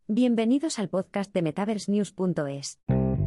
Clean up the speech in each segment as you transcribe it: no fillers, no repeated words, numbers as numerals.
Bienvenidos al podcast de MetaverseNews.es.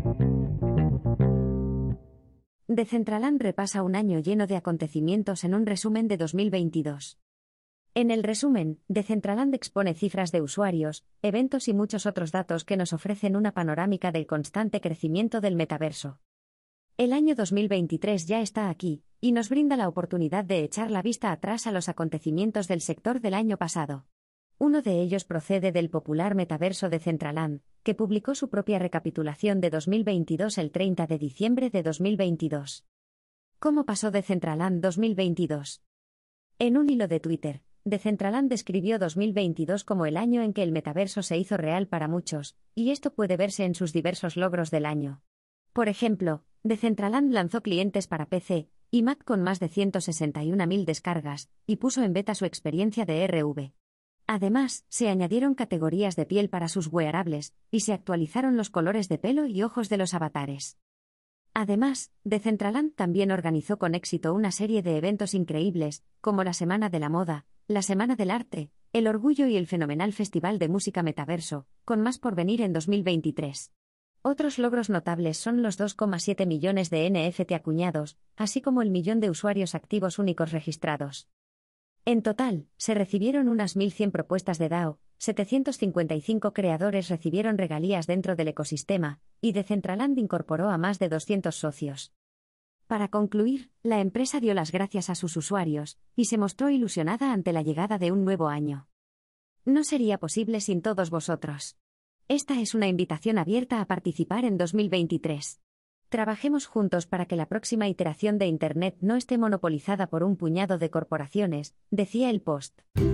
Decentraland repasa un año lleno de acontecimientos en un resumen de 2022. En el resumen, Decentraland expone cifras de usuarios, eventos y muchos otros datos que nos ofrecen una panorámica del constante crecimiento del metaverso. El año 2023 ya está aquí, y nos brinda la oportunidad de echar la vista atrás a los acontecimientos del sector del año pasado. Uno de ellos procede del popular metaverso Decentraland, que publicó su propia recapitulación de 2022 el 30 de diciembre de 2022. ¿Cómo pasó Decentraland 2022? En un hilo de Twitter, Decentraland describió 2022 como el año en que el metaverso se hizo real para muchos, y esto puede verse en sus diversos logros del año. Por ejemplo, Decentraland lanzó clientes para PC y Mac con más de 161.000 descargas, y puso en beta su experiencia de RV. Además, se añadieron categorías de piel para sus wearables, y se actualizaron los colores de pelo y ojos de los avatares. Además, Decentraland también organizó con éxito una serie de eventos increíbles, como la Semana de la Moda, la Semana del Arte, el Orgullo y el fenomenal Festival de Música Metaverso, con más por venir en 2023. Otros logros notables son los 2,7 millones de NFT acuñados, así como el millón de usuarios activos únicos registrados. En total, se recibieron unas 1.100 propuestas de DAO, 755 creadores recibieron regalías dentro del ecosistema, y Decentraland incorporó a más de 200 socios. Para concluir, la empresa dio las gracias a sus usuarios, y se mostró ilusionada ante la llegada de un nuevo año. No sería posible sin todos vosotros. Esta es una invitación abierta a participar en 2023. Trabajemos juntos para que la próxima iteración de Internet no esté monopolizada por un puñado de corporaciones, decía el post.